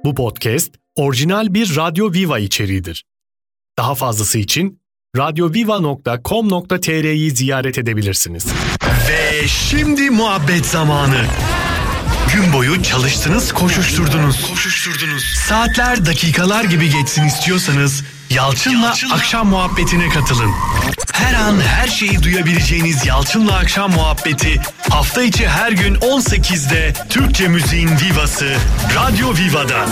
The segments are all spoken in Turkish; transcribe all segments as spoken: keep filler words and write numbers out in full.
Bu podcast orijinal bir Radyo Viva içeriğidir. Daha fazlası için radyoviva nokta com nokta tr'yi ziyaret edebilirsiniz. Ve şimdi muhabbet zamanı. Gün boyu çalıştınız, koşuşturdunuz. Koşuşturdunuz. Saatler, dakikalar gibi geçsin istiyorsanız Yalçın'la, Yalçın'la akşam muhabbetine katılın. Her an her şeyi duyabileceğiniz Yalçın'la akşam muhabbeti hafta içi her gün on sekizde Türkçe müziğin vivası Radyo Viva'da.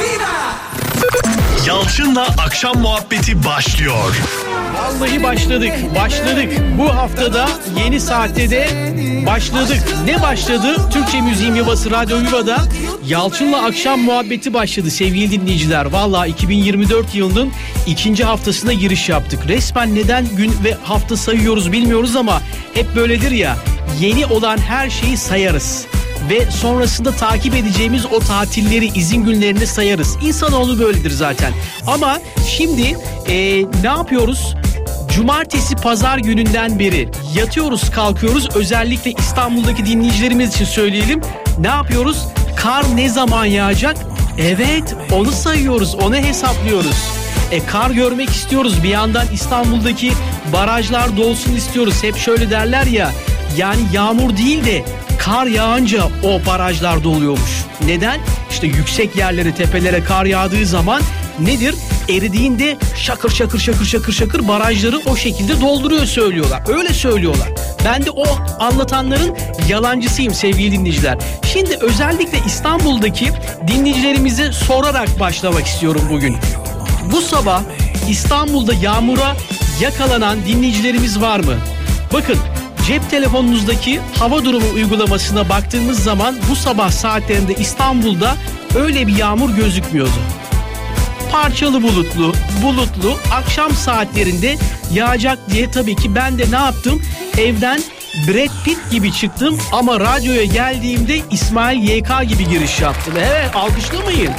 Yalçın'la akşam muhabbeti başlıyor. Vallahi başladık, başladık. Bu haftada yeni saatte de başladık. Ne başladı? Türkçe müziğin vivası Radyo Viva'da Yalçın'la akşam muhabbeti başladı sevgili dinleyiciler. Vallahi iki bin yirmi dört yılının ikinci haftasına giriş yaptık. Resmen neden gün ve hafta sayıyoruz bilmiyoruz ama hep böyledir ya. Yeni olan her şeyi sayarız. Ve sonrasında takip edeceğimiz o tatilleri, izin günlerini sayarız. İnsanoğlu böyledir zaten. Ama şimdi ee, ne yapıyoruz? Cumartesi, pazar gününden beri yatıyoruz, kalkıyoruz. Özellikle İstanbul'daki dinleyicilerimiz için söyleyelim. Ne yapıyoruz? Kar ne zaman yağacak? Evet, onu sayıyoruz, onu hesaplıyoruz. E kar görmek istiyoruz. Bir yandan İstanbul'daki barajlar dolsun istiyoruz. Hep şöyle derler ya. Yani yağmur değil de kar yağınca o barajlar doluyormuş. Neden? İşte yüksek yerlere, tepelere kar yağdığı zaman nedir? Eridiğinde şakır şakır şakır şakır şakır barajları o şekilde dolduruyor söylüyorlar. Öyle söylüyorlar. Ben de o anlatanların yalancısıyım sevgili dinleyiciler. Şimdi özellikle İstanbul'daki dinleyicilerimize sorarak başlamak istiyorum bugün. Bu sabah İstanbul'da yağmura yakalanan dinleyicilerimiz var mı? Bakın, cep telefonunuzdaki hava durumu uygulamasına baktığımız zaman bu sabah saatlerinde İstanbul'da öyle bir yağmur gözükmüyordu. Parçalı bulutlu, bulutlu, akşam saatlerinde yağacak diye tabii ki ben de ne yaptım? Evden Brad Pitt gibi çıktım ama radyoya geldiğimde İsmail Y K gibi giriş yaptım. Evet, alkışlamayın.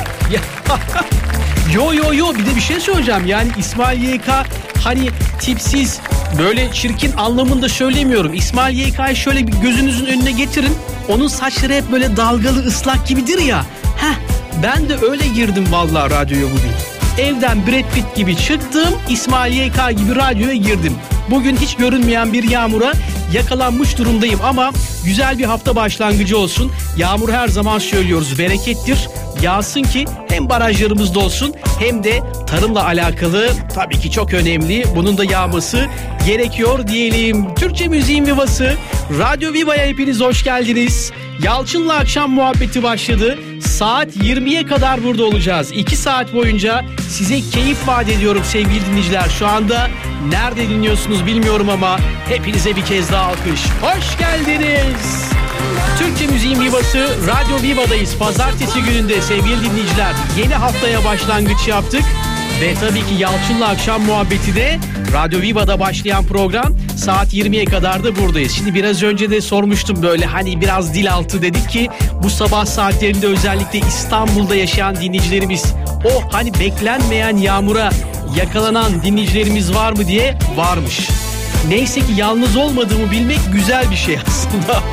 Yo yo yo bir de bir şey söyleyeceğim. Yani İsmail Y K hani tipsiz, böyle çirkin anlamında söylemiyorum. İsmail Y K'yı şöyle bir gözünüzün önüne getirin. Onun saçları hep böyle dalgalı, ıslak gibidir ya. Heh, ben de öyle girdim vallahi radyoya bugün. Evden Brad Pitt gibi çıktım, İsmail Y K gibi radyoya girdim. Bugün hiç görünmeyen bir yağmura yakalanmış durumdayım ama güzel bir hafta başlangıcı olsun. Yağmur her zaman söylüyoruz berekettir. Yağsın ki hem barajlarımız dolsun hem de tarımla alakalı tabii ki çok önemli. Bunun da yağması gerekiyor diyelim. Türkçe müziğin vivası Radyo Viva'ya hepiniz hoş geldiniz. Yalçın'la akşam muhabbeti başladı. Saat yirmiye kadar burada olacağız. iki saat boyunca size keyif vaat ediyorum sevgili dinleyiciler. Şu anda nerede dinliyorsunuz bilmiyorum ama hepinize bir kez daha alkış. Hoş geldiniz. Türkçe müziğin vivası Radyo Viva'dayız. Pazartesi gününde sevgili dinleyiciler yeni haftaya başlangıç yaptık. Ve tabii ki Yalçın'la akşam muhabbeti de Radyo Viva'da başlayan program saat yirmiye kadar da buradayız. Şimdi biraz önce de sormuştum böyle hani biraz dil altı dedik ki bu sabah saatlerinde özellikle İstanbul'da yaşayan dinleyicilerimiz o hani beklenmeyen yağmura yakalanan dinleyicilerimiz var mı diye varmış. Neyse ki yalnız olmadığımı bilmek güzel bir şey aslında.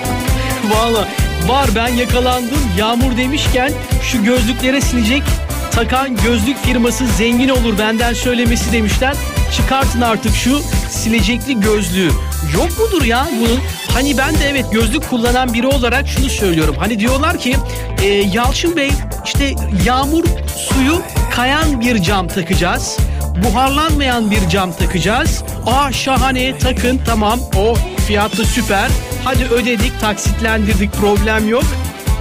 Valla var, ben yakalandım. Yağmur demişken şu gözlüklere silecek takan gözlük firması zengin olur benden söylemesi demişler. Çıkartın artık şu silecekli gözlüğü. Yok mudur ya bunun? Hani ben de evet gözlük kullanan biri olarak şunu söylüyorum. Hani diyorlar ki e, Yalçın Bey işte yağmur suyu kayan bir cam takacağız. Buharlanmayan bir cam takacağız. Aa şahane, takın, tamam, o fiyatı süper. Hadi ödedik, taksitlendirdik, problem yok.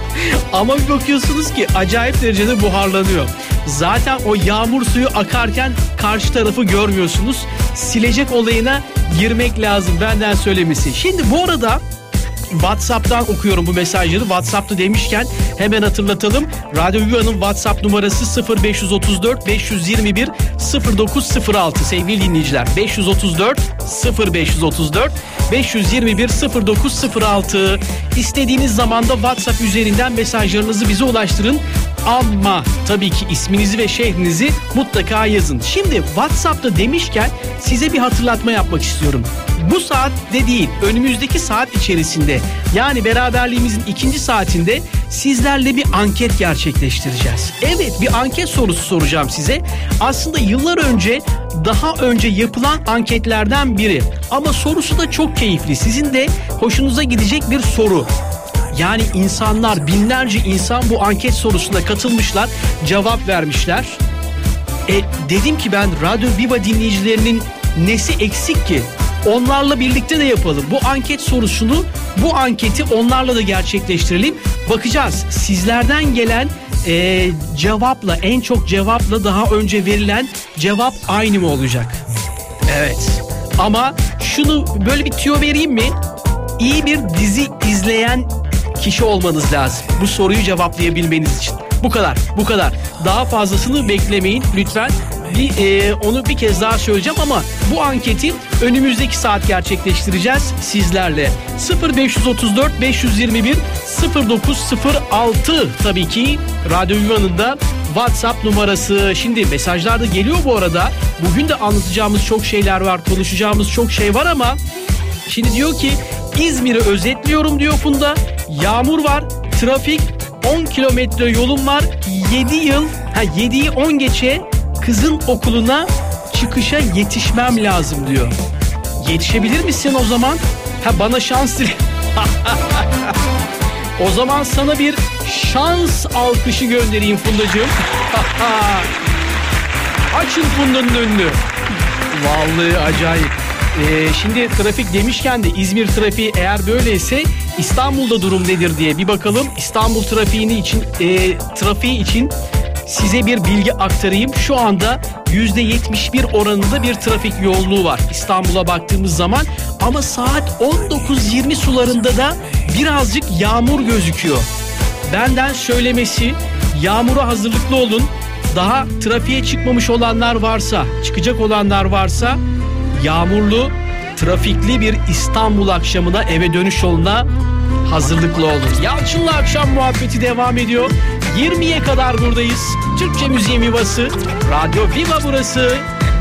Ama bir bakıyorsunuz ki acayip derecede buharlanıyor. Zaten o yağmur suyu akarken karşı tarafı görmüyorsunuz. Silecek olayına girmek lazım benden söylemesi. Şimdi bu arada WhatsApp'tan okuyorum bu mesajları. WhatsApp'ta demişken hemen hatırlatalım. Radyo Viva'nın WhatsApp numarası sıfır beş otuz dört beş yirmi bir sıfır dokuz sıfır altı sevgili dinleyiciler. beş otuz dört sıfır beş otuz dört beş yirmi bir sıfır dokuz sıfır altı. İstediğiniz zaman da WhatsApp üzerinden mesajlarınızı bize ulaştırın. Ama tabii ki isminizi ve şehrinizi mutlaka yazın. Şimdi WhatsApp'ta demişken size bir hatırlatma yapmak istiyorum. Bu saatte değil, önümüzdeki saat içerisinde, yani beraberliğimizin ikinci saatinde sizlerle bir anket gerçekleştireceğiz. Evet, bir anket sorusu soracağım size. Aslında yıllar önce, daha önce yapılan anketlerden biri. Ama sorusu da çok keyifli. Sizin de hoşunuza gidecek bir soru. Yani insanlar, binlerce insan bu anket sorusuna katılmışlar, cevap vermişler. E dedim ki ben Radyo Viva dinleyicilerinin nesi eksik ki? Onlarla birlikte de yapalım. Bu anket sorusunu, bu anketi onlarla da gerçekleştirelim. Bakacağız sizlerden gelen e, cevapla, en çok cevapla daha önce verilen cevap aynı mı olacak? Evet. Ama şunu, böyle bir tüyo vereyim mi? İyi bir dizi izleyen kişi olmanız lazım bu soruyu cevaplayabilmeniz için. Bu kadar, bu kadar. Daha fazlasını beklemeyin lütfen. Bir, e, onu bir kez daha söyleyeceğim ama bu anketi önümüzdeki saat gerçekleştireceğiz sizlerle. sıfır beş otuz dört beş yirmi bir sıfır dokuz sıfır altı tabii ki Radyo Viva'nın da WhatsApp numarası. Şimdi mesajlar da geliyor bu arada. Bugün de anlatacağımız çok şeyler var, konuşacağımız çok şey var ama şimdi diyor ki İzmir'i özetliyorum diyor Funda. Yağmur var, trafik, on kilometre yolum var, yedi yıl, ha yediyi on geçe kızın okuluna çıkışa yetişmem lazım diyor. Yetişebilir misin o zaman? Ha, bana şans dile. O zaman sana bir şans alkışı göndereyim Fundacığım. Açın Funda'nın önünü. Vallahi acayip. Ee, şimdi trafik demişken de İzmir trafiği eğer böyleyse İstanbul'da durum nedir diye bir bakalım. İstanbul trafiğini için e, trafiği için size bir bilgi aktarayım. Şu anda yüzde yetmiş bir oranında bir trafik yoğunluğu var İstanbul'a baktığımız zaman. Ama saat on dokuz yirmi sularında da birazcık yağmur gözüküyor. Benden söylemesi, yağmura hazırlıklı olun. Daha trafiğe çıkmamış olanlar varsa, çıkacak olanlar varsa yağmurlu, trafikli bir İstanbul akşamına, eve dönüş yoluna hazırlıklı olun. Yalçın'la akşam muhabbeti devam ediyor. yirmiye kadar buradayız. Türkçe müziğin yuvası. Radyo Viva burası.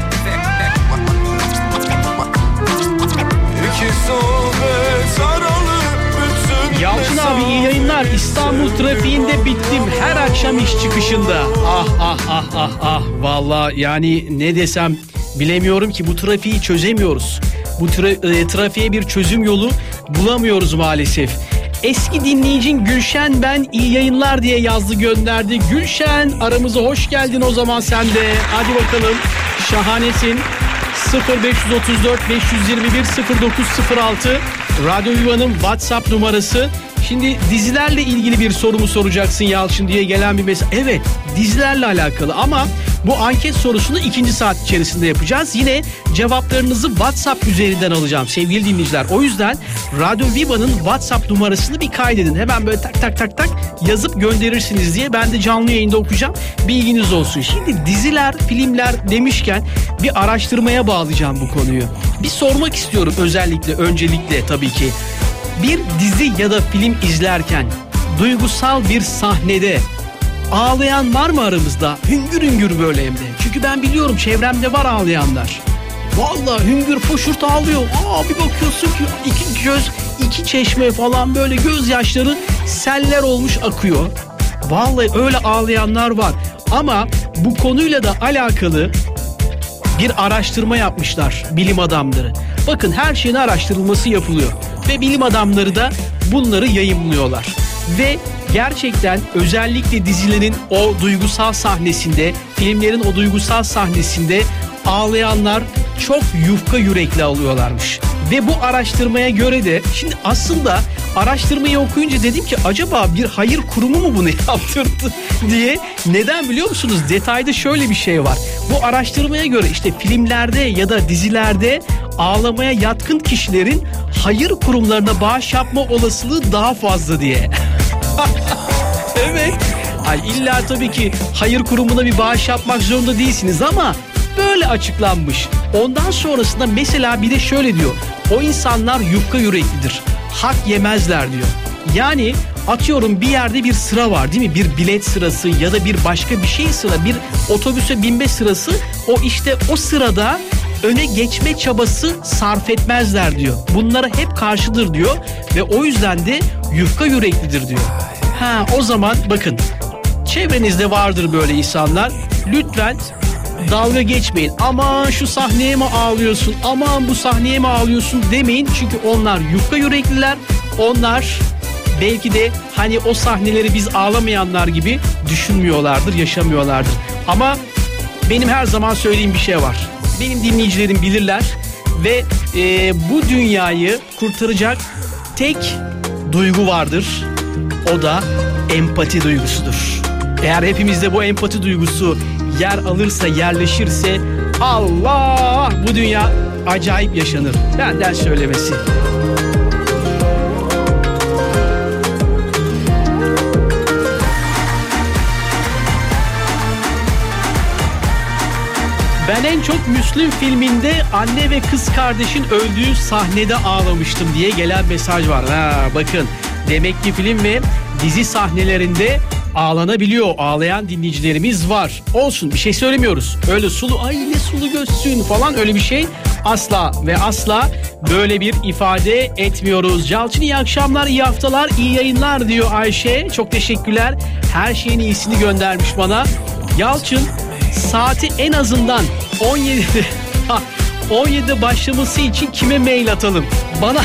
Yalçın abi iyi yayınlar. İstanbul trafiğinde bittim her akşam iş çıkışında. Ah ah ah ah ah. Vallahi yani ne desem bilemiyorum ki, bu trafiği çözemiyoruz. Bu tra- e, trafiğe bir çözüm yolu bulamıyoruz maalesef. Eski dinleyicin Gülşen ben iyi yayınlar diye yazdı, gönderdi. Gülşen aramıza hoş geldin o zaman sen de. Hadi bakalım, şahanesin. sıfır beş otuz dört beş yirmi bir sıfır dokuz sıfır altı Radyo Viva'nın WhatsApp numarası. Şimdi dizilerle ilgili bir sorumu soracaksın Yalçın diye gelen bir mesaj. Evet, dizilerle alakalı ama bu anket sorusunu ikinci saat içerisinde yapacağız. Yine cevaplarınızı WhatsApp üzerinden alacağım sevgili dinleyiciler. O yüzden Radyo Viva'nın WhatsApp numarasını bir kaydedin. Hemen böyle tak tak tak tak yazıp gönderirsiniz diye ben de canlı yayında okuyacağım. Bilginiz olsun. Şimdi diziler, filmler demişken bir araştırmaya bağlayacağım bu konuyu. Bir sormak istiyorum özellikle, öncelikle tabii ki. Bir dizi ya da film izlerken duygusal bir sahnede ağlayan var mı aramızda? Hüngür hüngür böyle hem de. Çünkü ben biliyorum, çevremde var ağlayanlar. Vallahi hüngür foşurt ağlıyor. Aa, bir bakıyorsun ki iki göz, iki çeşme falan böyle gözyaşları seller olmuş akıyor. Vallahi öyle ağlayanlar var. Ama bu konuyla da alakalı bir araştırma yapmışlar bilim adamları. Bakın, her şeyin araştırılması yapılıyor. Ve bilim adamları da bunları yayımlıyorlar. Ve gerçekten özellikle dizilerin o duygusal sahnesinde, filmlerin o duygusal sahnesinde ağlayanlar çok yufka yürekli alıyorlarmış. Ve bu araştırmaya göre de, şimdi aslında araştırmayı okuyunca dedim ki acaba bir hayır kurumu mu bunu yaptırdı diye. Neden biliyor musunuz? Detayda şöyle bir şey var. Bu araştırmaya göre işte filmlerde ya da dizilerde ağlamaya yatkın kişilerin hayır kurumlarına bağış yapma olasılığı daha fazla diye. Evet. Ay, illa tabii ki hayır kurumuna bir bağış yapmak zorunda değilsiniz ama böyle açıklanmış. Ondan sonrasında mesela bir de şöyle diyor. O insanlar yufka yüreklidir. Hak yemezler diyor. Yani atıyorum bir yerde bir sıra var değil mi? Bir bilet sırası ya da bir başka bir şey sıra, bir otobüse binme sırası. O işte o sırada öne geçme çabası sarf etmezler diyor. Bunlara hep karşıdır diyor ve o yüzden de yufka yüreklidir diyor. Ha o zaman bakın, çevrenizde vardır böyle insanlar. Lütfen dalga geçmeyin. Aman şu sahneye mi ağlıyorsun? Aman bu sahneye mi ağlıyorsun demeyin. Çünkü onlar yufka yürekliler. Onlar belki de hani o sahneleri biz ağlamayanlar gibi düşünmüyorlardır, yaşamıyorlardır. Ama benim her zaman söylediğim bir şey var. Benim dinleyicilerim bilirler ve e, bu dünyayı kurtaracak tek duygu vardır. O da empati duygusudur. Eğer hepimizde bu empati duygusu yer alırsa, yerleşirse Allah, bu dünya acayip yaşanır. Benden söylemesi. Ben en çok Müslüm filminde anne ve kız kardeşin öldüğü sahnede ağlamıştım diye gelen mesaj var. Ha, bakın, demek ki film ve dizi sahnelerinde ağlanabiliyor. Ağlayan dinleyicilerimiz var. Olsun, bir şey söylemiyoruz. Öyle sulu, ay ne sulu gözsün falan, öyle bir şey asla ve asla böyle bir ifade etmiyoruz. Calçın iyi akşamlar, iyi haftalar, iyi yayınlar diyor Ayşe. Çok teşekkürler. Her şeyin iyisini göndermiş bana. Yalçın, saati en azından on yedide on yedide başlaması için kime mail atalım? Bana.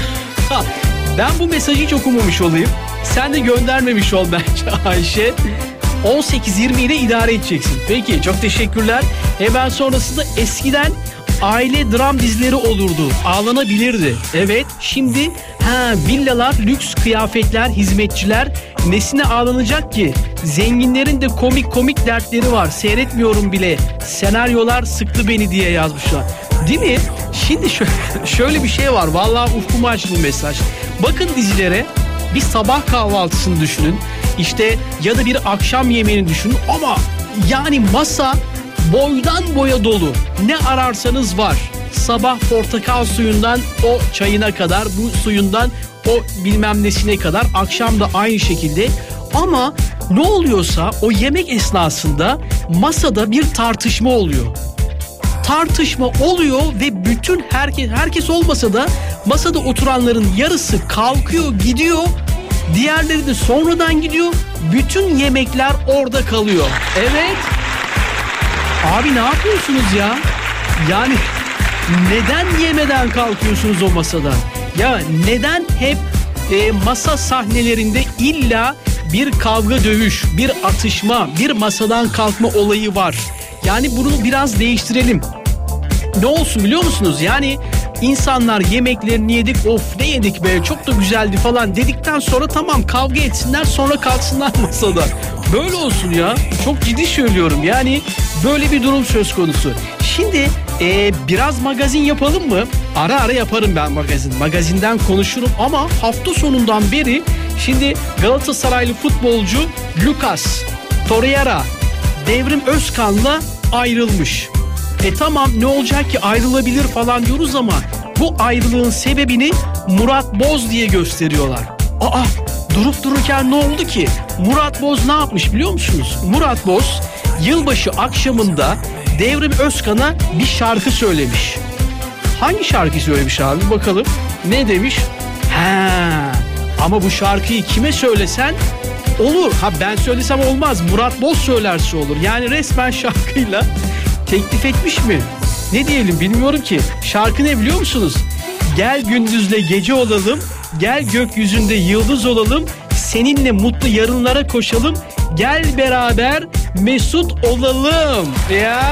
Ben bu mesajı hiç okumamış olayım. Sen de göndermemiş ol bence Ayşe. on sekiz yirmi ile idare edeceksin. Peki, çok teşekkürler. Hemen sonrasında eskiden aile dram dizileri olurdu. Ağlanabilirdi. Evet, şimdi ha villalar, lüks kıyafetler, hizmetçiler, nesine ağlanacak ki? Zenginlerin de komik komik dertleri var. Seyretmiyorum bile. Senaryolar sıktı beni diye yazmışlar. Değil mi? Şimdi şöyle, şöyle bir şey var. Vallahi ufkumu açtı bu mesaj. Bakın dizilere, bir sabah kahvaltısını düşünün. İşte ya da bir akşam yemeğini düşünün ama yani masa boydan boya dolu. Ne ararsanız var. Sabah portakal suyundan o çayına kadar, bu suyundan o bilmem nesine kadar, akşam da aynı şekilde. Ama ne oluyorsa o yemek esnasında masada bir tartışma oluyor. Tartışma oluyor ve bütün herkes, herkes olmasa da masada oturanların yarısı kalkıyor gidiyor. Diğerleri de sonradan gidiyor. Bütün yemekler orada kalıyor. Evet. Abi ne yapıyorsunuz ya? Yani neden yemeden kalkıyorsunuz o masadan? Ya neden hep e, masa sahnelerinde illa bir kavga dövüş, bir atışma, bir masadan kalkma olayı var? Yani bunu biraz değiştirelim. Ne olsun biliyor musunuz? Yani insanlar yemeklerini yedik, of ne yedik be, çok da güzeldi falan dedikten sonra tamam, kavga etsinler, sonra kalksınlar masadan. Böyle olsun ya. Çok ciddi söylüyorum. Yani böyle bir durum söz konusu. Şimdi ee, biraz magazin yapalım mı? Ara ara yaparım ben magazin. Magazinden konuşurum ama hafta sonundan beri şimdi Galatasaraylı futbolcu Lucas Torreira Devrim Özkan'la ayrılmış. E tamam, ne olacak ki, ayrılabilir falan diyoruz ama bu ayrılığın sebebini Murat Boz diye gösteriyorlar. Aa, durup dururken ne oldu ki? Murat Boz ne yapmış biliyor musunuz? Murat Boz yılbaşı akşamında Devrim Özkan'a bir şarkı söylemiş. Hangi şarkı söylemiş abi, bakalım. Ne demiş? Ha, ama bu şarkıyı kime söylesen olur. Ha, ben söylesem olmaz. Murat Boz söylerse olur. Yani resmen şarkıyla teklif etmiş mi? Ne diyelim bilmiyorum ki. Şarkı ne biliyor musunuz? Gel gündüzle gece olalım, gel gökyüzünde yıldız olalım, seninle mutlu yarınlara koşalım, gel beraber mesut olalım. Ya.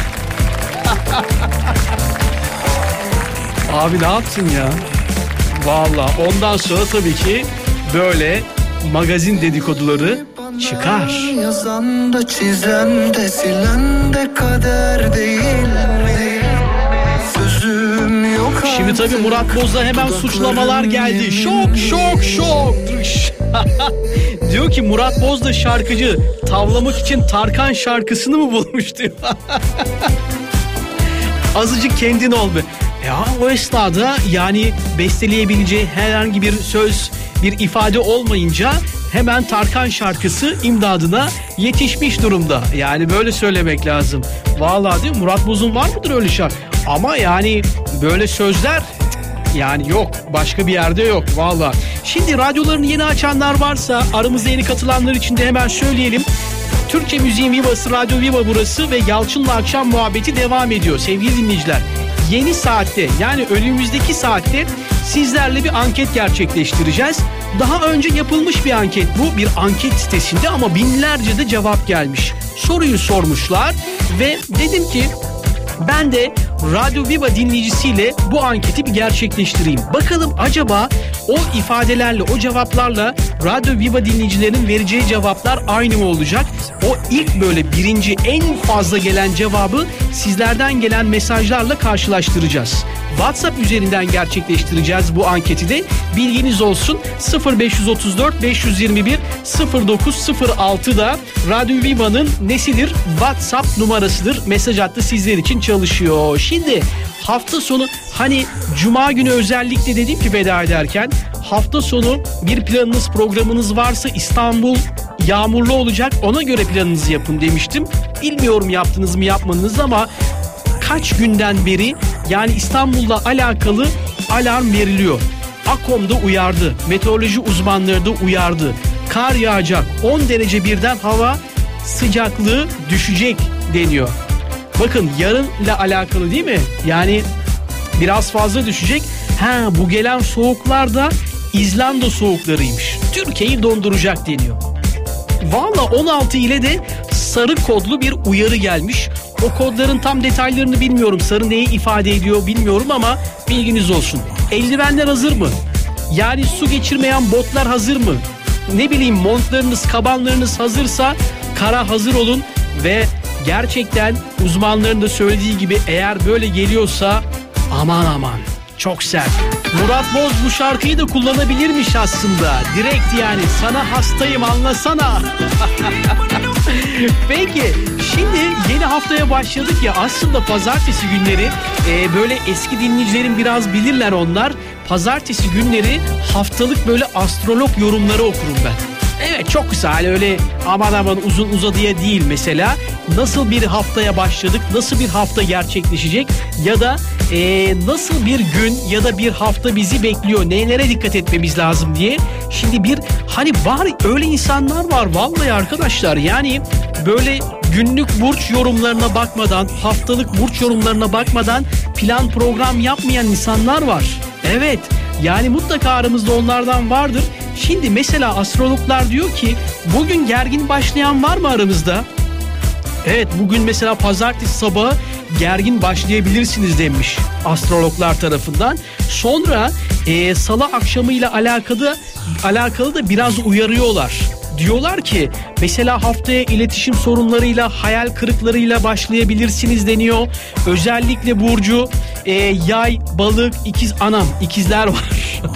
Abi ne yaptın ya? Vallahi ondan sonra tabii ki böyle magazin dedikoduları çıkar. Yazan da çizen de silen de kader değil mi? Sözüm yok. Şimdi tabii Murat Boz'da hemen suçlamalar geldi. Şok şok şok. Diyor ki Murat Boz da şarkıcı, tavlamak için Tarkan şarkısını mı bulmuş diyor. Azıcık kendin ol be. Ya o esnada yani besteleyebileceği herhangi bir söz, bir ifade olmayınca hemen Tarkan şarkısı imdadına yetişmiş durumda. Yani böyle söylemek lazım. Vallahi değil mi? Murat Boz'un var mıdır öyle şarkı? Ama yani böyle sözler yani yok. Başka bir yerde yok vallahi. Şimdi radyolarını yeni açanlar varsa, aramızda yeni katılanlar için de hemen söyleyelim. Türkçe Müziğin Vivası Radyo Viva burası ve Yalçın'la akşam muhabbeti devam ediyor sevgili dinleyiciler. Yeni saatte, yani önümüzdeki saatte sizlerle bir anket gerçekleştireceğiz. Daha önce yapılmış bir anket bu, bir anket sitesinde, ama binlerce de cevap gelmiş. Soruyu sormuşlar ve dedim ki ben de Radyo Viva dinleyicisiyle bu anketi bir gerçekleştireyim. Bakalım acaba o ifadelerle, o cevaplarla Radyo Viva dinleyicilerinin vereceği cevaplar aynı mı olacak? O ilk böyle birinci en fazla gelen cevabı sizlerden gelen mesajlarla karşılaştıracağız. WhatsApp üzerinden gerçekleştireceğiz bu anketi de. Bilginiz olsun. sıfır beş otuz dört beş yirmi bir sıfır dokuz sıfır altıda Radyo Viva'nın nesidir? WhatsApp numarasıdır. Mesaj hattı sizler için çalışıyor. Şimdi hafta sonu, hani Cuma günü özellikle dedim ki veda ederken, hafta sonu bir planınız, programınız varsa İstanbul yağmurlu olacak, ona göre planınızı yapın demiştim. Bilmiyorum yaptınız mı yapmadınız ama kaç günden beri yani İstanbul'la alakalı alarm veriliyor. AKOM da uyardı, meteoroloji uzmanları da uyardı. Kar yağacak, on derece birden hava sıcaklığı düşecek deniyor. Bakın yarınla alakalı değil mi? Yani biraz fazla düşecek. Ha, bu gelen soğuklar da İzlanda soğuklarıymış. Türkiye'yi donduracak deniyor. Valla on altı ile de sarı kodlu bir uyarı gelmiş. O kodların tam detaylarını bilmiyorum. Sarı neyi ifade ediyor bilmiyorum ama bilginiz olsun. Eldivenler hazır mı? Yani su geçirmeyen botlar hazır mı? Ne bileyim, montlarınız, kabanlarınız hazırsa kara hazır olun ve gerçekten uzmanların da söylediği gibi eğer böyle geliyorsa aman aman çok sert. Murat Boz bu şarkıyı da kullanabilirmiş aslında. Direkt yani, sana hastayım anlasana. Peki şimdi yeni haftaya başladık ya, aslında pazartesi günleri e, böyle eski dinleyicilerin biraz bilirler onlar. Pazartesi günleri haftalık böyle astrolog yorumları okurum ben. Evet, çok güzel, öyle aman aman uzun uzadıya değil mesela. Nasıl bir haftaya başladık, nasıl bir hafta gerçekleşecek ya da e, nasıl bir gün ya da bir hafta bizi bekliyor, nelere dikkat etmemiz lazım diye. Şimdi bir hani var öyle insanlar var vallahi arkadaşlar, yani böyle günlük burç yorumlarına bakmadan, haftalık burç yorumlarına bakmadan plan program yapmayan insanlar var. Evet, yani mutlaka aramızda onlardan vardır. Şimdi mesela astrologlar diyor ki bugün gergin başlayan var mı aramızda? Evet, bugün mesela pazartesi sabahı gergin başlayabilirsiniz demiş astrologlar tarafından. Sonra e, salı akşamıyla alakalı alakalı da biraz uyarıyorlar. Diyorlar ki mesela haftaya iletişim sorunlarıyla, hayal kırıklarıyla başlayabilirsiniz deniyor. Özellikle burcu e, yay, balık, ikiz, anam ikizler var.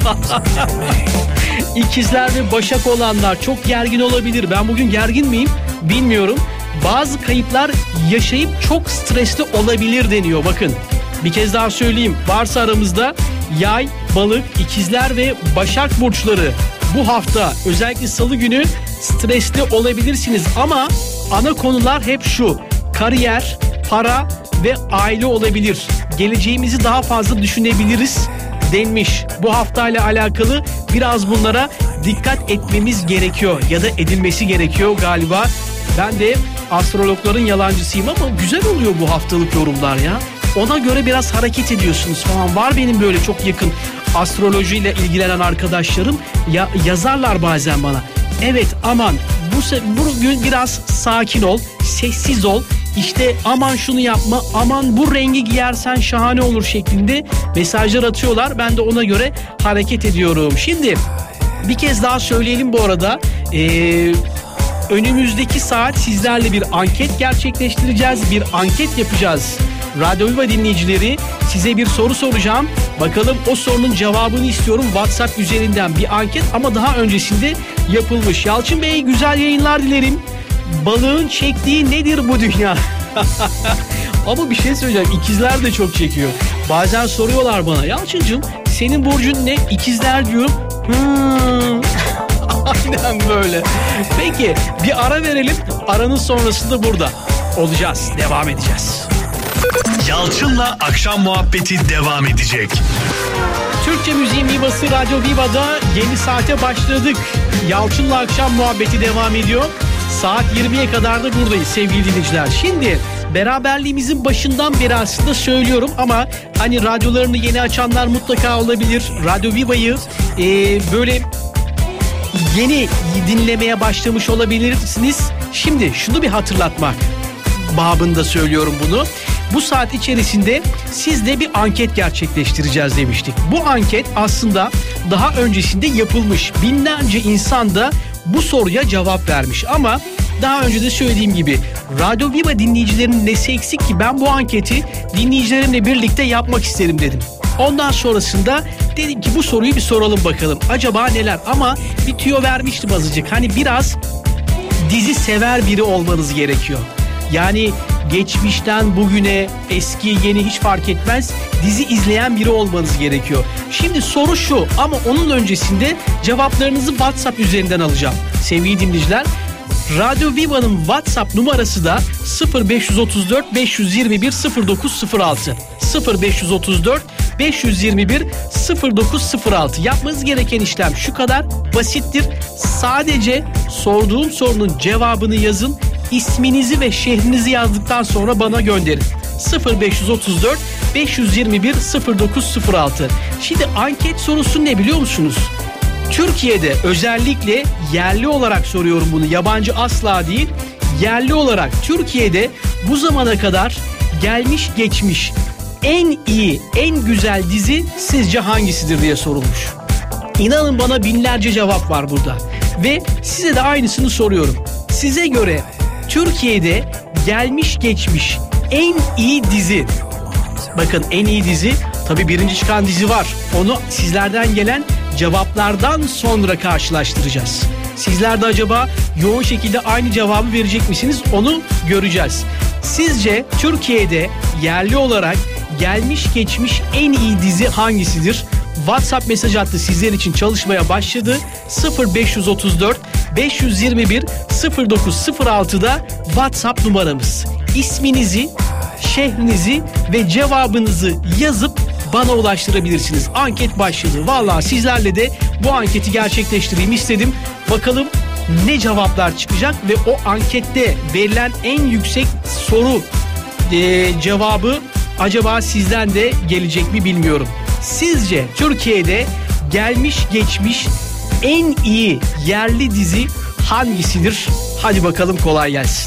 İkizler ve Başak olanlar çok gergin olabilir. Ben bugün gergin miyim bilmiyorum. Bazı kayıplar yaşayıp çok stresli olabilir deniyor. Bakın bir kez daha söyleyeyim. Varsa aramızda yay, balık, ikizler ve Başak burçları bu hafta özellikle salı günü stresli olabilirsiniz. Ama ana konular hep şu: kariyer, para ve aile olabilir. Geleceğimizi daha fazla düşünebiliriz denmiş. Bu haftayla alakalı biraz bunlara dikkat etmemiz gerekiyor ya da edilmesi gerekiyor galiba. Ben de astrologların yalancısıyım ama güzel oluyor bu haftalık yorumlar ya. Ona göre biraz hareket ediyorsunuz falan. Var benim böyle çok yakın astrolojiyle ilgilenen arkadaşlarım, ya yazarlar bazen bana. Evet aman bu bugün biraz sakin ol, sessiz ol. İşte aman şunu yapma, aman bu rengi giyersen şahane olur şeklinde mesajlar atıyorlar. Ben de ona göre hareket ediyorum. Şimdi bir kez daha söyleyelim bu arada. Ee, önümüzdeki saat sizlerle bir anket gerçekleştireceğiz. Bir anket yapacağız. Radyo Viva dinleyicileri, size bir soru soracağım. Bakalım o sorunun cevabını istiyorum. WhatsApp üzerinden bir anket ama daha öncesinde yapılmış. Yalçın Bey, güzel yayınlar dilerim. Balığın çektiği nedir bu dünya? Ama bir şey söyleyeceğim. İkizler de çok çekiyor. Bazen soruyorlar bana, Yalçıncığım senin burcun ne? İkizler diyorum. Hmm. Aynen böyle. Peki bir ara verelim. Aranın sonrasında burada olacağız. Devam edeceğiz. Yalçın'la akşam muhabbeti devam edecek. Türkçe Müziğin Vivası Radyo Viva'da yeni saate başladık. Yalçın'la akşam muhabbeti devam ediyor. Saat yirmiye kadar da buradayız sevgili dinleyiciler. Şimdi beraberliğimizin başından beri aslında söylüyorum ama hani radyolarını yeni açanlar mutlaka olabilir. Radyo Viva'yı e, böyle yeni dinlemeye başlamış olabilirsiniz. Şimdi şunu bir hatırlatmak babında söylüyorum bunu. Bu saat içerisinde sizle bir anket gerçekleştireceğiz demiştik. Bu anket aslında daha öncesinde yapılmış. Binlerce insan da bu soruya cevap vermiş ama daha önce de söylediğim gibi Radyo Viva dinleyicilerinin nesi eksik ki ben bu anketi dinleyicilerimle birlikte yapmak isterim dedim. Ondan sonrasında dedim ki bu soruyu bir soralım bakalım. Acaba neler? Ama bir tüyo vermiştim azıcık. Hani biraz dizi sever biri olmanız gerekiyor. Yani geçmişten bugüne, eski yeni hiç fark etmez dizi izleyen biri olmanız gerekiyor. Şimdi soru şu ama onun öncesinde cevaplarınızı WhatsApp üzerinden alacağım. Sevgili dinleyiciler, Radyo Viva'nın WhatsApp numarası da sıfır beş otuz dört beş yirmi bir sıfır dokuz sıfır altı sıfır beş otuz dört beş yirmi bir sıfır dokuz sıfır altı. Yapmanız gereken işlem şu kadar basittir. Sadece sorduğum sorunun cevabını yazın. İsminizi ve şehrinizi yazdıktan sonra bana gönderin. sıfır beş otuz dört beş yirmi bir sıfır dokuz sıfır altı. Şimdi anket sorusu ne biliyor musunuz? Türkiye'de özellikle yerli olarak soruyorum bunu. Yabancı asla değil. Yerli olarak Türkiye'de bu zamana kadar gelmiş geçmiş en iyi, en güzel dizi sizce hangisidir diye sorulmuş. İnanın bana binlerce cevap var burada. Ve size de aynısını soruyorum. Size göre Türkiye'de gelmiş geçmiş en iyi dizi. Bakın en iyi dizi tabii birinci çıkan dizi var. Onu sizlerden gelen cevaplardan sonra karşılaştıracağız. Sizler de acaba yoğun şekilde aynı cevabı verecek misiniz? Onu göreceğiz. Sizce Türkiye'de yerli olarak gelmiş geçmiş en iyi dizi hangisidir? WhatsApp mesaj hattı sizler için çalışmaya başladı. sıfır beş otuz dört beş yirmi bir sıfır dokuz sıfır altıda WhatsApp numaramız. İsminizi, şehrinizi ve cevabınızı yazıp bana ulaştırabilirsiniz. Anket başladı. Vallahi sizlerle de bu anketi gerçekleştireyim istedim. Bakalım ne cevaplar çıkacak ve o ankette verilen en yüksek soru e, cevabı acaba sizden de gelecek mi bilmiyorum. Sizce Türkiye'de gelmiş geçmiş en iyi yerli dizi hangisidir? Hadi bakalım kolay gelsin.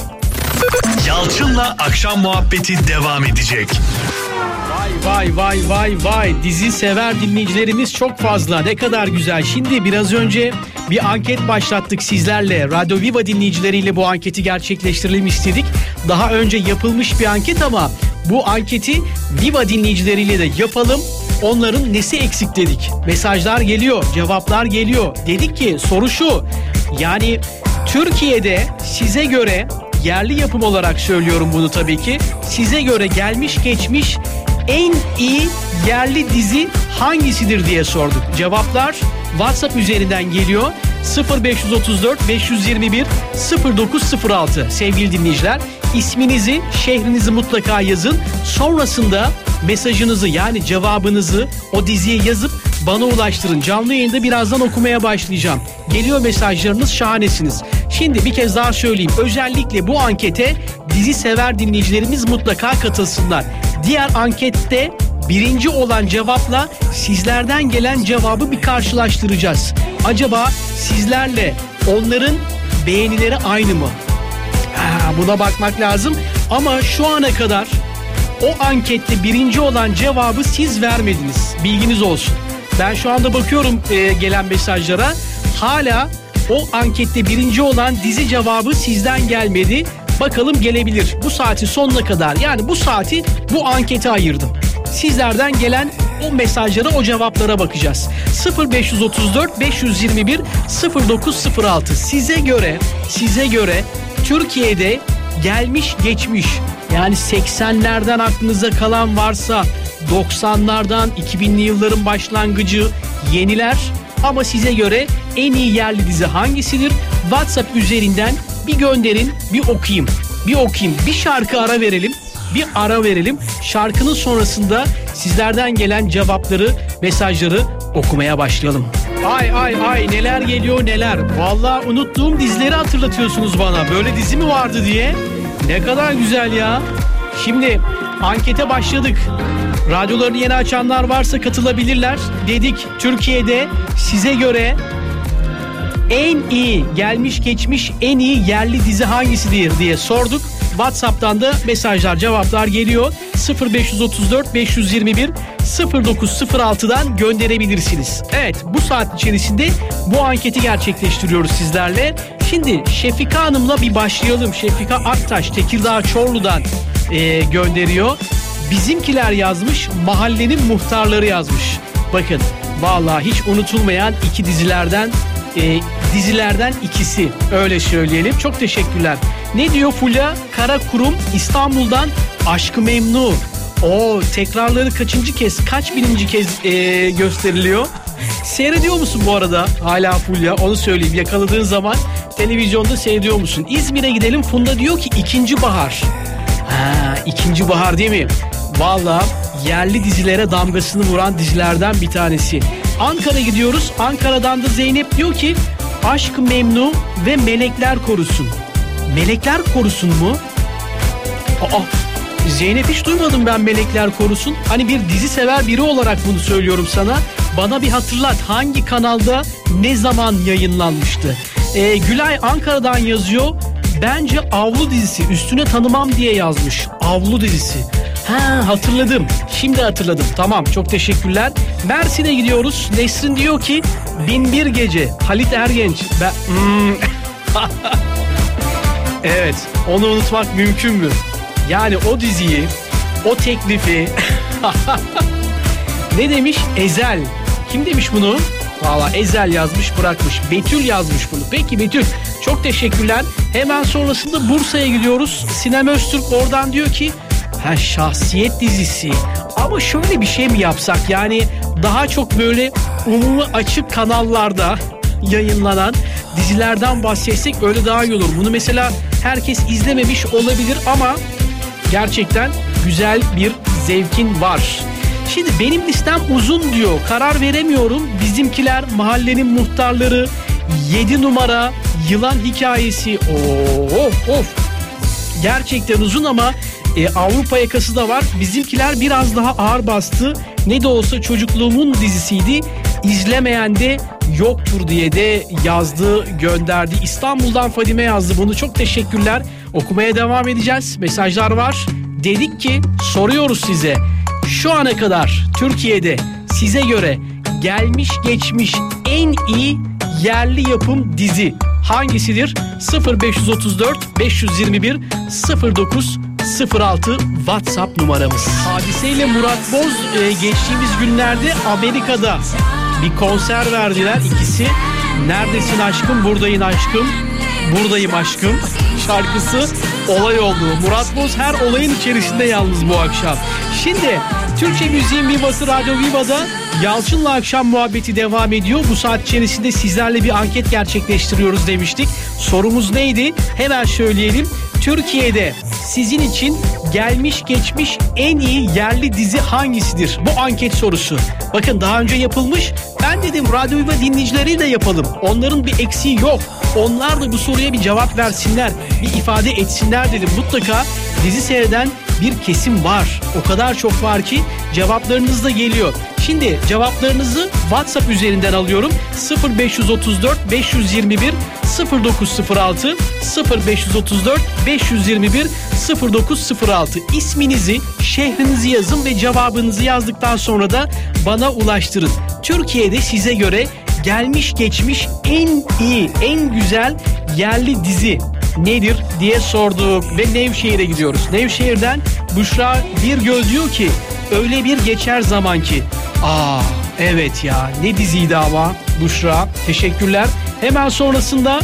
Yalçın'la akşam muhabbeti devam edecek. Vay vay vay vay vay dizi sever dinleyicilerimiz çok fazla, ne kadar güzel. Şimdi biraz önce bir anket başlattık sizlerle. Radyo Viva dinleyicileriyle bu anketi gerçekleştirelim istedik. Daha önce yapılmış bir anket ama bu anketi Viva dinleyicileriyle de yapalım. Onların nesi eksik dedik. Mesajlar geliyor, cevaplar geliyor. Dedik ki soru şu. Yani Türkiye'de size göre yerli yapım olarak söylüyorum bunu tabii ki. Size göre gelmiş geçmiş en iyi yerli dizi hangisidir diye sorduk. Cevaplar WhatsApp üzerinden geliyor. sıfır beş otuz dört beş yirmi bir sıfır dokuz sıfır altı. Sevgili dinleyiciler, isminizi, şehrinizi mutlaka yazın. Sonrasında mesajınızı yani cevabınızı o diziye yazıp bana ulaştırın. Canlı yayında birazdan okumaya başlayacağım. Geliyor mesajlarınız, şahanesiniz. Şimdi bir kez daha söyleyeyim. Özellikle bu ankete dizi sever dinleyicilerimiz mutlaka katılsınlar. Diğer ankette birinci olan cevapla sizlerden gelen cevabı bir karşılaştıracağız. Acaba sizlerle onların beğenileri aynı mı? Ha, buna bakmak lazım. Ama şu ana kadar o ankette birinci olan cevabı siz vermediniz. Bilginiz olsun. Ben şu anda bakıyorum e, gelen mesajlara. Hala o ankette birinci olan dizi cevabı sizden gelmedi. Bakalım gelebilir. Bu saatin sonuna kadar, yani bu saati bu ankete ayırdım. Sizlerden gelen o mesajlara, o cevaplara bakacağız. sıfır beş otuz dört beş yirmi bir sıfır dokuz sıfır altı. Size göre, size göre Türkiye'de gelmiş geçmiş, yani seksenlerden aklınıza kalan varsa, doksanlardan iki binli yılların başlangıcı, yeniler Ama size göre en iyi yerli dizi hangisidir? WhatsApp üzerinden bir gönderin, bir okuyayım. Bir okuyayım. Bir şarkı ara verelim. Bir ara verelim. Şarkının sonrasında sizlerden gelen cevapları, mesajları okumaya başlayalım. Ay ay ay neler geliyor neler. Vallahi unuttuğum dizileri hatırlatıyorsunuz bana. Böyle dizi mi vardı diye. Ne kadar güzel ya. Şimdi ankete başladık. Radyolarını yeni açanlar varsa katılabilirler. Dedik Türkiye'de size göre en iyi, gelmiş geçmiş en iyi yerli dizi hangisidir diye sorduk. WhatsApp'tan da mesajlar, cevaplar geliyor. sıfır beş otuz dört beş yirmi bir sıfır dokuz sıfır altıdan gönderebilirsiniz. Evet, bu saat içerisinde bu anketi gerçekleştiriyoruz sizlerle. Şimdi Şefika Hanım'la bir başlayalım. Şefika Aktaş Tekirdağ Çorlu'dan e, gönderiyor. Bizimkiler yazmış, mahallenin muhtarları yazmış. Bakın, vallahi hiç unutulmayan iki dizilerden e, dizilerden ikisi, öyle söyleyelim. Çok teşekkürler. Ne diyor Fulya? Karakurum İstanbul'dan Aşk-ı Memnu. O tekrarları kaçıncı kez, kaç bininci kez e, gösteriliyor? Seyrediyor musun bu arada hala Fulya? Onu söyleyeyim. Yakaladığın zaman televizyonda seyrediyor musun? İzmir'e gidelim. Funda diyor ki ikinci bahar. Ha, ikinci bahar değil mi? Vallahi yerli dizilere damgasını vuran dizilerden bir tanesi. Ankara gidiyoruz. Ankara'dan da Zeynep diyor ki Aşk-ı Memnu ve Melekler Korusun. Melekler Korusun mu? Aa, Zeynep hiç duymadım ben Melekler Korusun. Hani bir dizi sever biri olarak bunu söylüyorum sana. Bana bir hatırlat, hangi kanalda ne zaman yayınlanmıştı? Ee, Gülay Ankara'dan yazıyor. Bence Avlu dizisi, üstüne tanımam diye yazmış. Avlu dizisi. Ha, hatırladım. Şimdi hatırladım. Tamam, çok teşekkürler. Mersin'e gidiyoruz. Nesrin diyor ki Bin Bir Gece. Halit Ergenç. Ben... Hmm. Evet, onu unutmak mümkün mü? Yani o diziyi, o teklifi... Ne demiş? Ezel. Kim demiş bunu? Valla Ezel yazmış, bırakmış. Betül yazmış bunu. Peki Betül, çok teşekkürler. Hemen sonrasında Bursa'ya gidiyoruz. Sinem Öztürk oradan diyor ki ha, Şahsiyet dizisi. Ama şöyle bir şey mi yapsak? Yani daha çok böyle umumi açık kanallarda yayınlanan dizilerden bahsetsek öyle daha iyi olur. Bunu mesela herkes izlememiş olabilir ama gerçekten güzel bir zevkin var. Şimdi benim listem uzun diyor. Karar veremiyorum. Bizimkiler, mahallenin muhtarları, yedi numara, yılan hikayesi. Of of. Gerçekten uzun ama e, Avrupa yakası da var. Bizimkiler biraz daha ağır bastı. Ne de olsa çocukluğumun dizisiydi. İzlemeyen de yoktur diye de yazdı, gönderdi. İstanbul'dan Fadime yazdı bunu. Çok teşekkürler. Okumaya devam edeceğiz. Mesajlar var. Dedik ki soruyoruz size. Şu ana kadar Türkiye'de size göre gelmiş geçmiş en iyi yerli yapım dizi hangisidir? sıfır beş otuz dört beş yirmi bir sıfır dokuz sıfır altı WhatsApp numaramız. Hadise ile Murat Boz e, geçtiğimiz günlerde Amerika'da bir konser verdiler ikisi. Neredesin aşkım, buradayım aşkım, buradayım aşkım şarkısı olay oldu. Murat Boz her olayın içerisinde yalnız bu akşam. Şimdi Türkçe Müziğin Vivası Radyo Viva'da Yalçın'la akşam muhabbeti devam ediyor. Bu saat içerisinde sizlerle bir anket gerçekleştiriyoruz demiştik. Sorumuz neydi? Hemen söyleyelim. Türkiye'de sizin için gelmiş geçmiş en iyi yerli dizi hangisidir? Bu anket sorusu. Bakın daha önce yapılmış. Ben dedim Radyo Viva dinleyicileri de yapalım. Onların bir eksiği yok. Onlar da bu soruya bir cevap versinler. Bir ifade etsinler dedim. Mutlaka dizi seyreden bir kesim var. O kadar çok var ki cevaplarınız da geliyor. Şimdi cevaplarınızı WhatsApp üzerinden alıyorum. sıfır beş otuz dört beş yirmi bir sıfır dokuz sıfır altı sıfır beş otuz dört beş yirmi bir sıfır dokuz sıfır altı. İsminizi, şehrinizi yazın ve cevabınızı yazdıktan sonra da bana ulaştırın. Türkiye'de size göre gelmiş geçmiş en iyi, en güzel yerli dizi nedir diye sorduk ve Nevşehir'e gidiyoruz. Nevşehir'den Büşra Birgöl diyor ki öyle bir geçer zaman ki. Aa evet ya, ne diziydi ama Büşra, teşekkürler. Hemen sonrasında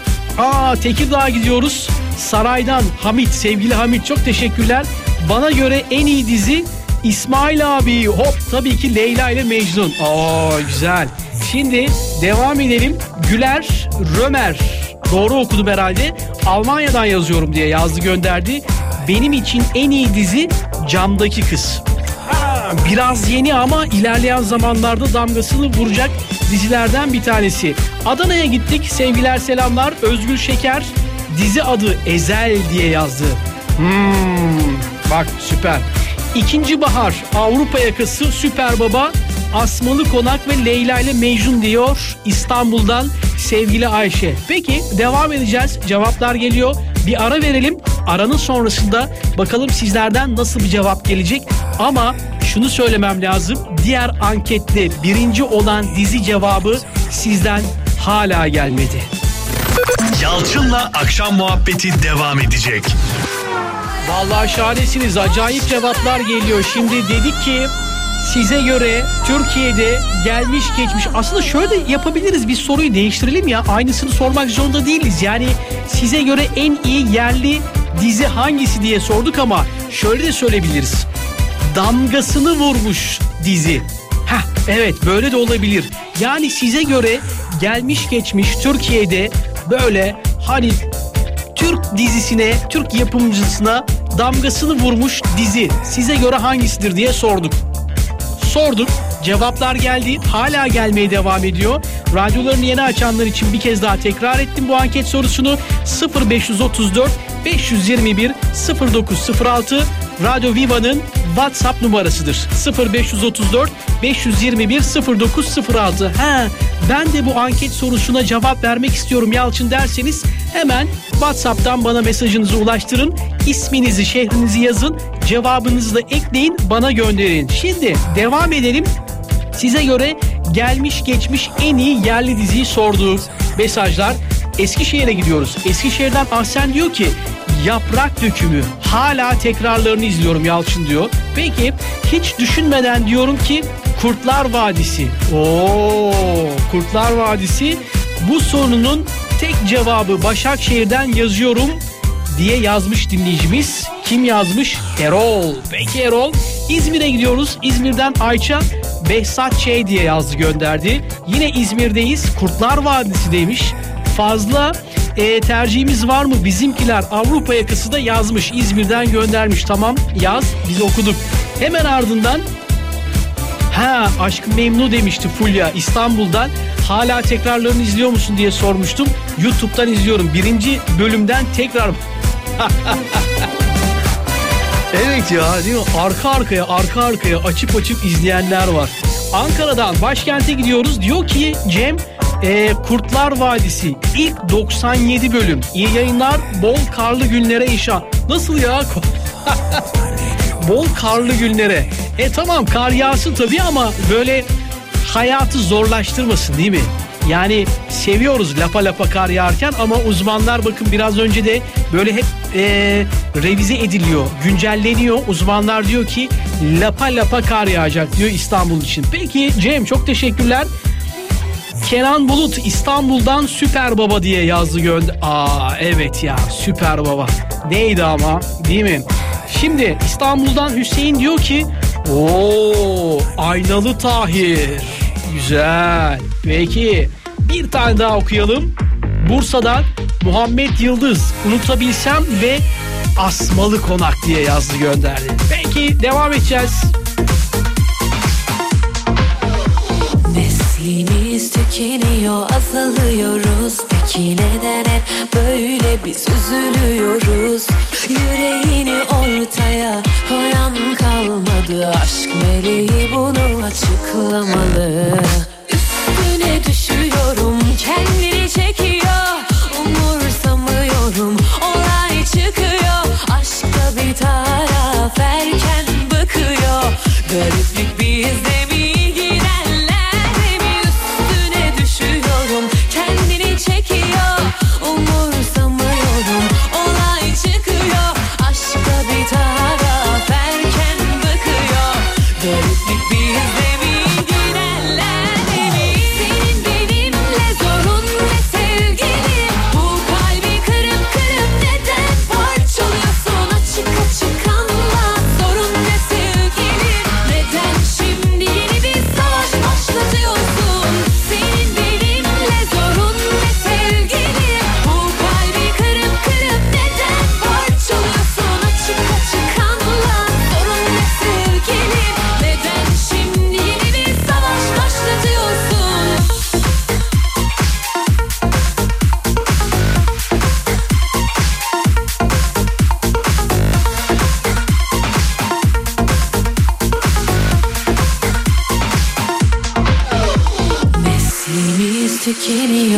aa Tekirdağ'a gidiyoruz. Saray'dan Hamit, sevgili Hamit, çok teşekkürler. Bana göre en iyi dizi İsmail abi, hop tabii ki Leyla ile Mecnun. Aa güzel. Şimdi devam edelim. Güler Römer. Doğru okudum herhalde. Almanya'dan yazıyorum diye yazdı, gönderdi. Benim için en iyi dizi Camdaki Kız. Ha, biraz yeni ama ilerleyen zamanlarda damgasını vuracak dizilerden bir tanesi. Adana'ya gittik. Sevgiler, selamlar. Özgür Şeker dizi adı Ezel diye yazdı. Hmm, bak süper. İkinci Bahar Avrupa Yakası Süper Baba Asmalı Konak ve Leyla ile Mecnun diyor İstanbul'dan sevgili Ayşe. Peki devam edeceğiz. Cevaplar geliyor. Bir ara verelim. Aranın sonrasında bakalım sizlerden nasıl bir cevap gelecek. Ama şunu söylemem lazım. Diğer ankette birinci olan dizi cevabı sizden hala gelmedi. Yalçın'la akşam muhabbeti devam edecek. Vallahi şahanesiniz. Acayip cevaplar geliyor. Şimdi dedik ki size göre Türkiye'de gelmiş geçmiş, aslında şöyle de yapabiliriz, bir soruyu değiştirelim ya, aynısını sormak zorunda değiliz. Yani size göre en iyi yerli dizi hangisi diye sorduk ama şöyle de söyleyebiliriz. Damgasını vurmuş dizi. Heh, evet, böyle de olabilir. Yani size göre gelmiş geçmiş Türkiye'de böyle hani Türk dizisine, Türk yapımcısına damgasını vurmuş dizi size göre hangisidir diye sorduk. Sorduk. Cevaplar geldi. Hala gelmeye devam ediyor. Radyolarını yeni açanlar için bir kez daha tekrar ettim bu anket sorusunu. sıfır beş otuz dört beş yirmi bir sıfır dokuz sıfır altı Radyo Viva'nın WhatsApp numarasıdır. sıfır beş otuz dört beş yirmi bir sıfır dokuz sıfır altı. Ha, ben de bu anket sorusuna cevap vermek istiyorum Yalçın derseniz hemen WhatsApp'tan bana mesajınızı ulaştırın. İsminizi, şehrinizi yazın. Cevabınızı da ekleyin, bana gönderin. Şimdi devam edelim. Size göre gelmiş geçmiş en iyi yerli diziyi sorduk. Mesajlar. Eskişehir'e gidiyoruz. Eskişehir'den Ahsen diyor ki Yaprak Dökümü. Hala tekrarlarını izliyorum Yalçın diyor. Peki hiç düşünmeden diyorum ki Kurtlar Vadisi. Oo, Kurtlar Vadisi. Bu sorunun tek cevabı Başakşehir'den yazıyorum diye yazmış dinleyicimiz. Kim yazmış? Erol. Peki Erol. İzmir'e gidiyoruz. İzmir'den Ayça Behzat Ç diye yazdı, gönderdi. Yine İzmir'deyiz. Kurtlar Vadisi demiş. Fazla e, tercihimiz var mı? Bizimkiler Avrupa Yakası da yazmış. İzmir'den göndermiş. Tamam, yaz. Biz okuduk. Hemen ardından ha Aşk-ı Memnu demişti Fulya İstanbul'dan. Hala tekrarlarını izliyor musun diye sormuştum. YouTube'dan izliyorum. Birinci bölümden tekrar. Evet ya, değil mi? Arka arkaya arka arkaya açıp açıp izleyenler var. Ankara'dan başkente gidiyoruz. Diyor ki Cem e, Kurtlar Vadisi ilk doksan yedi bölüm. İyi yayınlar, bol karlı günlere inşallah. Nasıl ya? Bol karlı günlere. E tamam, kar yağsın tabii ama böyle hayatı zorlaştırmasın, değil mi? Yani seviyoruz lapa lapa kar yağarken ama uzmanlar bakın biraz önce de böyle hep e, revize ediliyor, güncelleniyor. Uzmanlar diyor ki lapa lapa kar yağacak diyor İstanbul için. Peki Cem, çok teşekkürler. Kenan Bulut İstanbul'dan Süper Baba diye yazdı, gönder. Aa evet ya, Süper Baba. Neydi ama, değil mi? Şimdi İstanbul'dan Hüseyin diyor ki ooo Aynalı Tahir. Güzel. Peki bir tane daha okuyalım. Bursa'dan Muhammed Yıldız Unutabilsem ve Asmalı Konak diye yazdı, gönderdi. Peki devam edeceğiz. Neslimiz tükeniyor, azalıyoruz. Peki neden hep böyle biz üzülüyoruz? Yüreğini ortaya koyan kalmadı. Aşk meleği bunu açıklamalı. Üstüne düşüyorum, kendini çekiyor. Umursamıyorum, olay çıkıyor. Aşkta bir taraf erken bakıyor. Gariplik bizde mi? Çekiyor, umursamıyorum, olay çıkıyor. Aşka bir taraf erken bakıyor. Gariplik bizde mi giderler?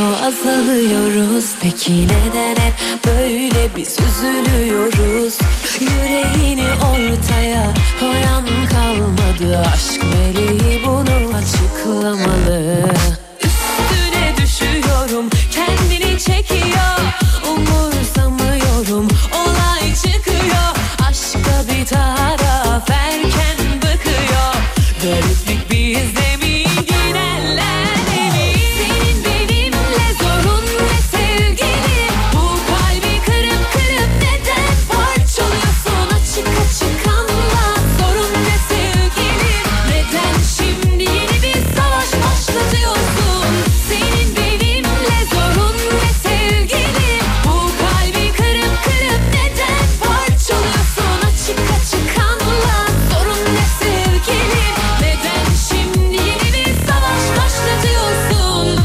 azalıyoruz. Peki neden hep böyle biz üzülüyoruz? Yüreğini ortaya koyan kalmadı. Aşk meleği bunu açıklamalı. Üstüne düşüyorum, kendini çekiyor. Umursamıyorum, olay çıkıyor. Aşka bir taraf erken bakıyor. Gariplik bizde mi, genellerde mi? Senin benimle zorun ne sevgili? Bu kalbi kırıp kırıp neden parçalıyorsun? Açık açık anlat, sorun ne sevgili? Neden şimdi yeni bir savaş başlatıyorsun? Senin benimle zorun ne sevgili? Bu kalbi kırıp kırıp neden parçalıyorsun? Açık açık anlat, sorun ne sevgili? Neden şimdi yeni bir savaş başlatıyorsun?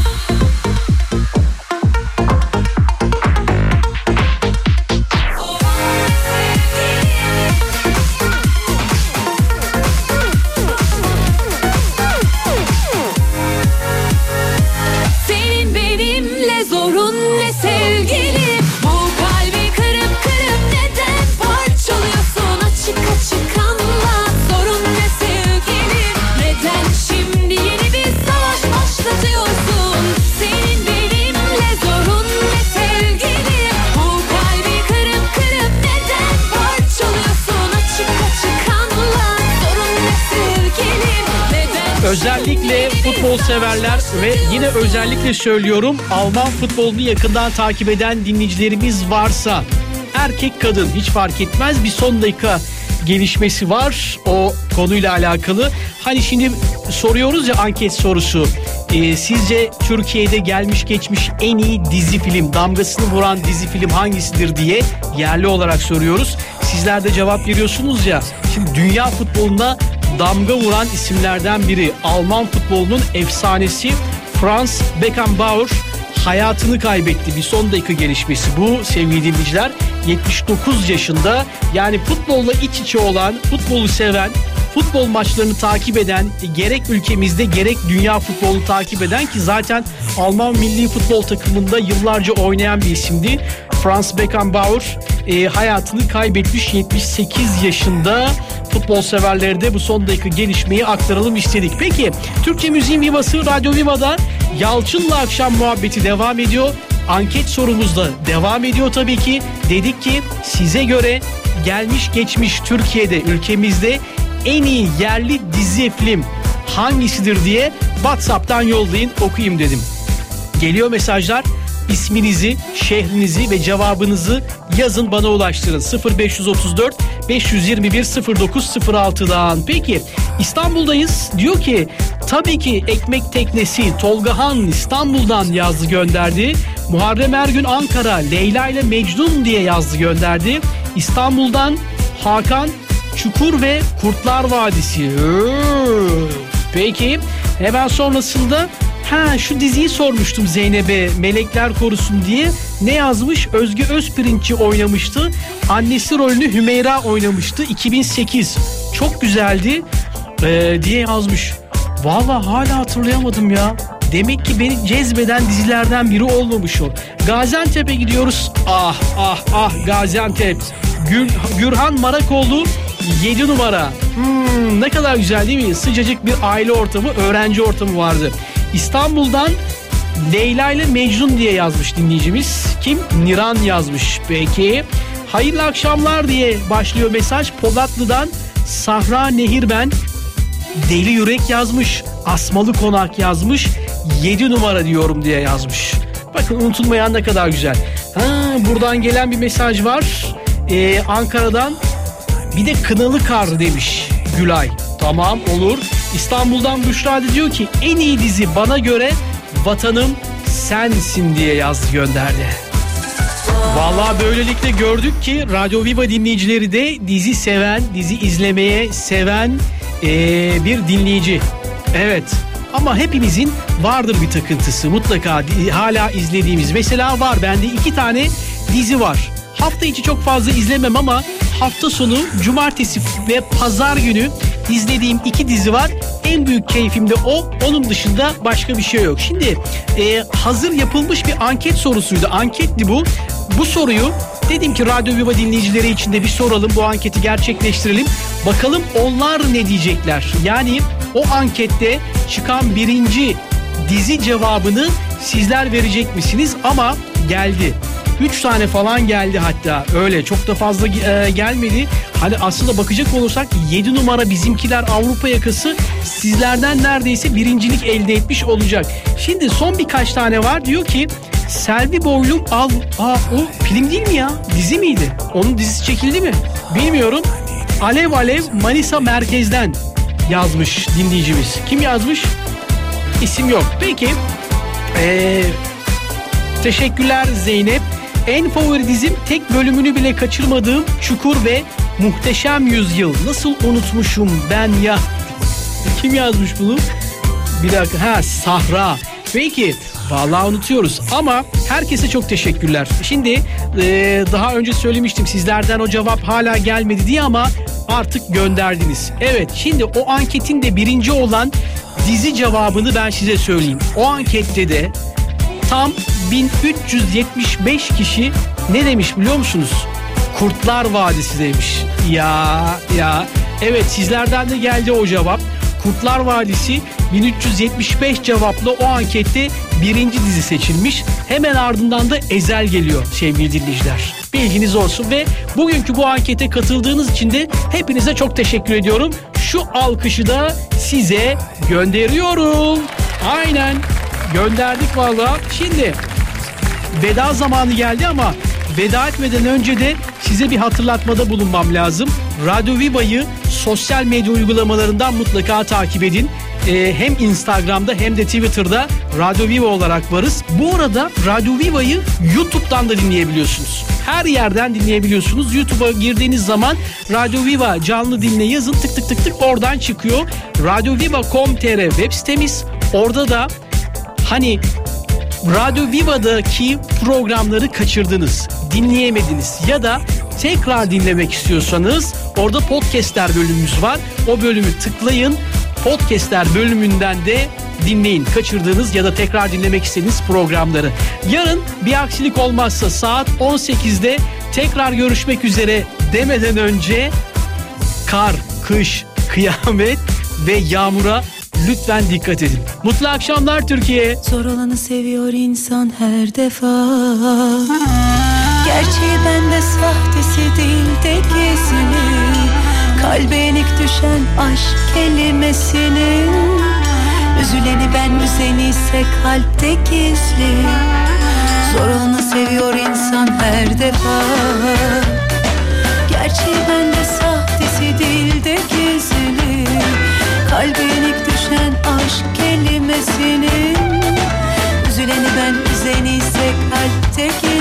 Senin benimle zorun ne sevgili? Bu kalbi kırıp kırıp neden parçalıyorsun? Açık açık anlat, sorun ne sevgili? Neden şimdi yeni bir savaş başlatıyorsun? Senin benimle zorun ne sevgili? Bu kalbi kırıp kırıp neden parçalıyorsun? Açık açık anlat, sorun ne sevgili? Neden Özellikle futbol severler ve yine özellikle söylüyorum, Alman futbolunu yakından takip eden dinleyicilerimiz varsa, erkek kadın hiç fark etmez, bir son dakika gelişmesi var o konuyla alakalı. Hani şimdi soruyoruz ya, anket sorusu. Ee, sizce Türkiye'de gelmiş geçmiş en iyi dizi film, damgasını vuran dizi film hangisidir diye yerli olarak soruyoruz. Sizler de cevap veriyorsunuz ya. Şimdi dünya futboluna damga vuran isimlerden biri, Alman futbolunun efsanesi Franz Beckenbauer hayatını kaybetti. Bir son dakika gelişmesi bu sevgili dinleyiciler. yetmiş dokuz yaşında, yani futbolla iç içe olan, futbolu seven, futbol maçlarını takip eden, gerek ülkemizde gerek dünya futbolunu takip eden, ki zaten Alman milli futbol takımında yıllarca oynayan bir isimdi. Franz Beckenbauer e, hayatını kaybetmiş yetmiş sekiz yaşında. Futbol severlere de bu son dakika gelişmeyi aktaralım istedik. Peki, Türkçe Müziğin Vivası Radyo Viva'da Yalçın'la akşam muhabbeti devam ediyor. Anket sorumuz da devam ediyor tabii ki. Dedik ki size göre gelmiş geçmiş Türkiye'de, ülkemizde en iyi yerli dizi film hangisidir diye WhatsApp'tan yollayın, okuyayım dedim. Geliyor mesajlar. İsminizi, şehrinizi ve cevabınızı yazın, bana ulaştırın. sıfır beş otuz dört beş yüz yirmi bir sıfır dokuz sıfır altıdan. Peki, İstanbul'dayız. Diyor ki tabii ki Ekmek Teknesi Tolga Han İstanbul'dan yazdı gönderdi. Muharrem Ergün Ankara, Leyla ile Mecnun diye yazdı gönderdi. İstanbul'dan Hakan Çukur ve Kurtlar Vadisi. Peki, hemen sonrasında Ha şu diziyi sormuştum Zeynep'e, Melekler Korusun diye. Ne yazmış? Özge Özpirinççi oynamıştı. Annesi rolünü Hümeyra oynamıştı. iki bin sekiz. Çok güzeldi ee, diye yazmış. Vallahi hala hatırlayamadım ya. Demek ki beni cezbeden dizilerden biri olmamış o. Gaziantep'e gidiyoruz. Ah ah ah Gaziantep. Gül, Gürhan Marakoğlu yedi numara. Hmm, ne kadar güzel değil mi? Sıcacık bir aile ortamı, öğrenci ortamı vardı. İstanbul'dan Leyla ile Mecnun diye yazmış dinleyicimiz. Kim? Niran yazmış. Peki. Hayırlı akşamlar diye başlıyor mesaj. Polatlı'dan Sahra Nehir ben. Deli Yürek yazmış. Asmalı Konak yazmış. yedi numara diyorum diye yazmış. Bakın, unutulmayan ne kadar güzel. Ha, buradan gelen bir mesaj var. Ee, Ankara'dan bir de Kınalı Kar demiş Gülay. Tamam, olur. İstanbul'dan Büşra da diyor ki en iyi dizi bana göre Vatanım Sensin diye yazdı gönderdi. Vallahi böylelikle gördük ki Radyo Viva dinleyicileri de dizi seven, dizi izlemeye seven ee, bir dinleyici. Evet, ama hepimizin vardır bir takıntısı mutlaka, hala izlediğimiz. Mesela var, bende iki tane dizi var. Hafta içi çok fazla izlemem ama hafta sonu cumartesi ve pazar günü izlediğim iki dizi var. En büyük keyfim de o. Onun dışında başka bir şey yok. Şimdi e, hazır yapılmış bir anket sorusuydu. Anketti bu. Bu soruyu dedim ki Radyo Viva dinleyicileri için de bir soralım. Bu anketi gerçekleştirelim. Bakalım onlar ne diyecekler? Yani o ankette çıkan birinci dizi cevabını sizler verecek misiniz? Ama geldi. Üç tane falan geldi hatta. Öyle çok da fazla e, gelmedi. Hani aslında bakacak olursak yedi numara Bizimkiler Avrupa Yakası sizlerden neredeyse birincilik elde etmiş olacak. Şimdi son birkaç tane var. Diyor ki Selvi Boylum Al... Aa, o film değil mi ya? Dizi miydi? Onun dizisi çekildi mi? Bilmiyorum. Alev Alev Manisa Merkez'den yazmış dinleyicimiz. Kim yazmış? İsim yok. Peki. Eee... Teşekkürler Zeynep. En favori dizim, tek bölümünü bile kaçırmadığım Çukur ve Muhteşem Yüzyıl. Nasıl unutmuşum ben ya. Kim yazmış bunu? Bir dakika. Ha, Sahra. Peki. Vallahi unutuyoruz ama herkese çok teşekkürler. Şimdi ee, daha önce söylemiştim sizlerden o cevap hala gelmedi diye ama artık gönderdiniz. Evet, şimdi o anketin de birinci olan dizi cevabını ben size söyleyeyim. O ankette de tam bin üç yüz yetmiş beş kişi ne demiş biliyor musunuz? Kurtlar Vadisi demiş. Ya ya evet, sizlerden de geldi o cevap. Kurtlar Vadisi bin üç yüz yetmiş beş cevapla o ankette birinci dizi seçilmiş. Hemen ardından da Ezel geliyor sevgili dinleyiciler. Bilginiz olsun ve bugünkü bu ankete katıldığınız için de hepinize çok teşekkür ediyorum. Şu alkışı da size gönderiyorum. Aynen. Gönderdik valla. Şimdi veda zamanı geldi ama veda etmeden önce de size bir hatırlatmada bulunmam lazım. Radyo Viva'yı sosyal medya uygulamalarından mutlaka takip edin. Ee, hem Instagram'da hem de Twitter'da Radyo Viva olarak varız. Bu arada Radyo Viva'yı YouTube'dan da dinleyebiliyorsunuz. Her yerden dinleyebiliyorsunuz. YouTube'a girdiğiniz zaman Radyo Viva canlı dinle yazın, tık tık tık tık oradan çıkıyor. radyoviva nokta com nokta tr web sitemiz. Orada da hani Radyo Viva'daki programları kaçırdınız, dinleyemediniz ya da tekrar dinlemek istiyorsanız orada podcastler bölümümüz var. O bölümü tıklayın. Podcastler bölümünden de dinleyin. Kaçırdığınız ya da tekrar dinlemek istediğiniz programları. Yarın bir aksilik olmazsa saat on sekizde tekrar görüşmek üzere demeden önce kar, kış, kıyamet ve yağmura lütfen dikkat edin. Mutlu akşamlar Türkiye. Zor olanı seviyor insan her defa. Gerçeği bende, sahtesi değil de gizli. Kalbe yenik düşen aşk kelimesinin, üzüleni ben, üzeni ise kalpte gizli. Zor olanı seviyor insan her defa. Gerçeği bende, sahtesi değil de gizli. Kalbe yenik düşen aşk kelimesinin, üzüleni ben, üzeni ise kalpte gizli.